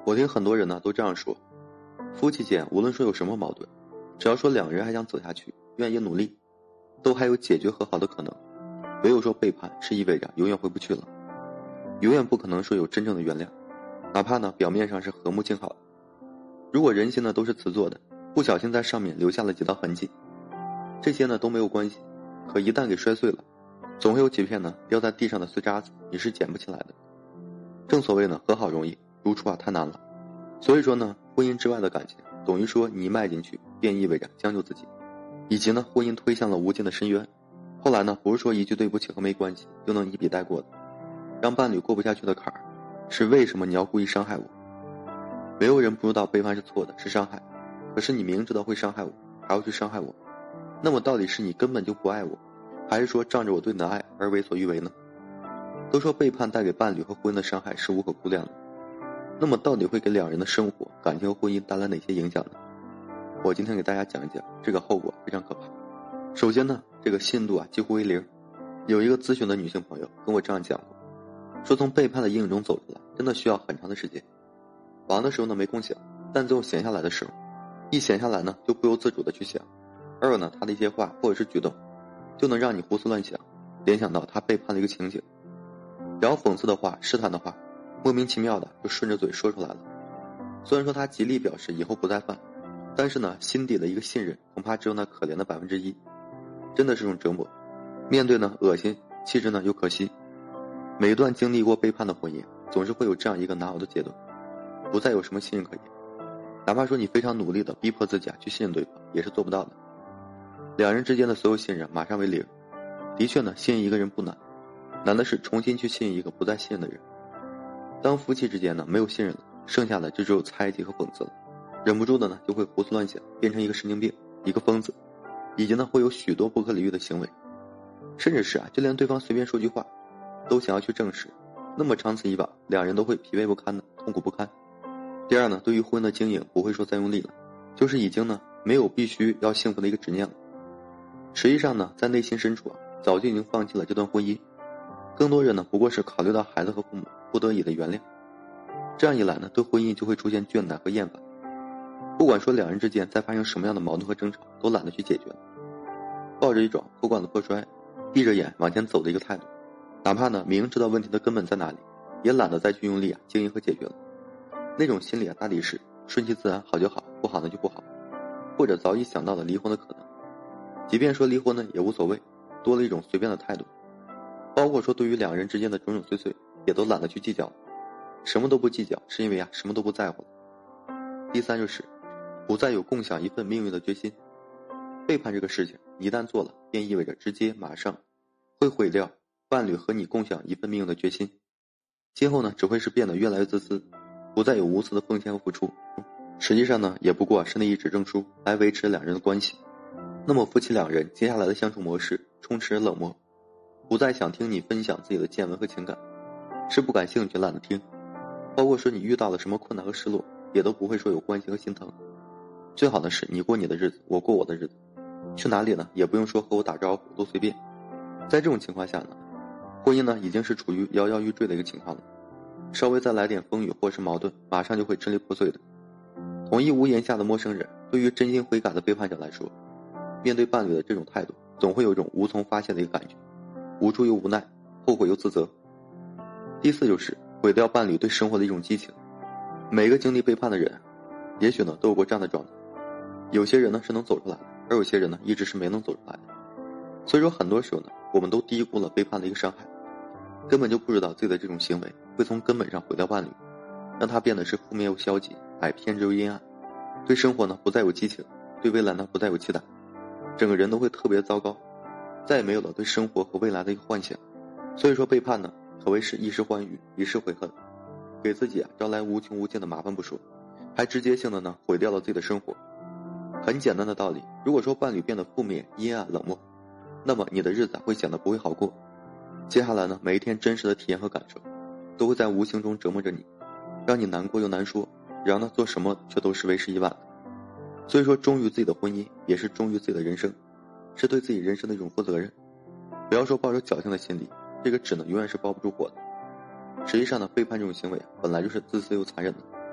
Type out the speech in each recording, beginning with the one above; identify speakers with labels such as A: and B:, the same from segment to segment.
A: 我听很多人呢都这样说，夫妻间无论说有什么矛盾，只要说两个人还想走下去，愿意努力，都还有解决和好的可能。唯有说背叛是意味着永远回不去了，永远不可能说有真正的原谅，哪怕呢表面上是和睦静好的。如果人心呢都是瓷做的，不小心在上面留下了几道痕迹，这些呢都没有关系，可一旦给摔碎了，总会有几片呢掉在地上的碎渣子，你是捡不起来的。正所谓呢和好容易，如初太难了。所以说呢，婚姻之外的感情等于说你一迈进去便意味着将就自己，以及呢婚姻推向了无尽的深渊。后来呢不是说一句对不起和没关系就能一笔带过的，让伴侣过不下去的坎儿是为什么你要故意伤害我。没有人不知道背叛是错的，是伤害，可是你明知道会伤害我还要去伤害我，那么到底是你根本就不爱我，还是说仗着我对你的爱而为所欲为呢？都说背叛带给伴侣和婚姻的伤害是无可估量的，那么到底会给两人的生活、感情和婚姻带来哪些影响呢？我今天给大家讲一讲，这个后果非常可怕。首先呢，这个信度几乎为零。有一个咨询的女性朋友跟我这样讲过，说从背叛的阴影中走出来真的需要很长的时间，忙的时候呢没空想，但最后闲下来的时候，一闲下来呢就不由自主的去想，而有呢他的一些话或者是举动就能让你胡思乱想，联想到他背叛的一个情景，然后讽刺的话、试探的话莫名其妙的就顺着嘴说出来了。虽然说他极力表示以后不再犯，但是呢心底的一个信任恐怕只有那可怜的1%，真的是种折磨。面对呢恶心，气质呢又可惜。每一段经历过背叛的婚姻总是会有这样一个难熬的阶段，不再有什么信任可言，哪怕说你非常努力的逼迫自己去信任对方也是做不到的。两人之间的所有信任马上为零。的确呢信任一个人不难，难的是重新去信任一个不再信任的人。当夫妻之间呢没有信任了，剩下的就只有猜忌和讽刺了，忍不住的呢就会胡思乱想，变成一个神经病，一个疯子，以及呢会有许多不可理喻的行为，甚至是就连对方随便说句话都想要去证实，那么长此以往，两人都会疲惫不堪的，痛苦不堪。第二呢，对于婚姻的经营不会说再用力了，就是已经呢没有必须要幸福的一个执念了。实际上呢在内心深处早就已经放弃了这段婚姻，更多人呢不过是考虑到孩子和父母不得已的原谅。这样一来呢，对婚姻就会出现倦怠和厌烦，不管说两人之间再发生什么样的矛盾和争吵，都懒得去解决了，抱着一种破罐子破摔，闭着眼往前走的一个态度，哪怕呢明知道问题的根本在哪里，也懒得再去用力经营和解决了。那种心理大抵是顺其自然，好就好，不好呢就不好，或者早已想到了离婚的可能。即便说离婚呢也无所谓，多了一种随便的态度，包括说对于两人之间的种种碎碎也都懒得去计较，什么都不计较，是因为什么都不在乎了。第三就是不再有共享一份命运的决心。背叛这个事情一旦做了，便意味着直接马上会毁掉伴侣和你共享一份命运的决心。今后呢只会是变得越来越自私，不再有无私的奉献和付出，实际上呢也不过是那一纸证书来维持两人的关系。那么夫妻两人接下来的相处模式充斥冷漠，不再想听你分享自己的见闻和情感，是不感兴趣，懒得听，包括说你遇到了什么困难和失落也都不会说有关心和心疼。最好的是你过你的日子，我过我的日子，去哪里呢也不用说和我打招呼，都随便。在这种情况下呢，婚姻呢已经是处于摇摇欲坠的一个情况了，稍微再来点风雨或是矛盾，马上就会支离破碎的。同一屋檐下的陌生人，对于真心悔改的背叛者来说，面对伴侣的这种态度，总会有一种无从发泄的一个感觉，无助又无奈，后悔又自责。第四就是毁掉伴侣对生活的一种激情。每个经历背叛的人，也许呢都有过这样的状态，有些人呢是能走出来的，而有些人呢一直是没能走出来的。所以说很多时候呢，我们都低估了背叛的一个伤害，根本就不知道自己的这种行为会从根本上毁掉伴侣，让他变得是负面又消极，偏执又阴暗，对生活呢不再有激情，对未来呢不再有期待，整个人都会特别糟糕，再也没有了对生活和未来的一个幻想。所以说背叛呢可谓是一时欢愉，一时悔恨，给自己招来无穷无尽的麻烦不说，还直接性的呢毁掉了自己的生活。很简单的道理，如果说伴侣变得负面、阴暗、冷漠，那么你的日子会显得不会好过。接下来呢，每一天真实的体验和感受都会在无形中折磨着你，让你难过又难说，然后呢做什么却都是为时已晚的。所以说忠于自己的婚姻也是忠于自己的人生，是对自己人生的一种负责任。不要说抱着侥幸的心理，这个纸呢永远是包不住火的。实际上呢，背叛这种行为本来就是自私又残忍的，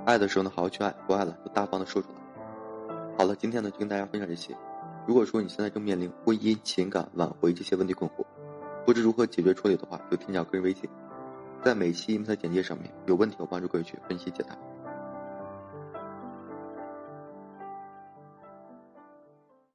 A: 爱的时候呢，好好去爱；不爱了，就大方的说出来。好了，今天呢就跟大家分享这些。如果说你现在正面临婚姻、情感、挽回这些问题困惑，不知如何解决处理的话，就添加个人微信，在每期音频的简介上面，有问题我帮助各位去分析解答。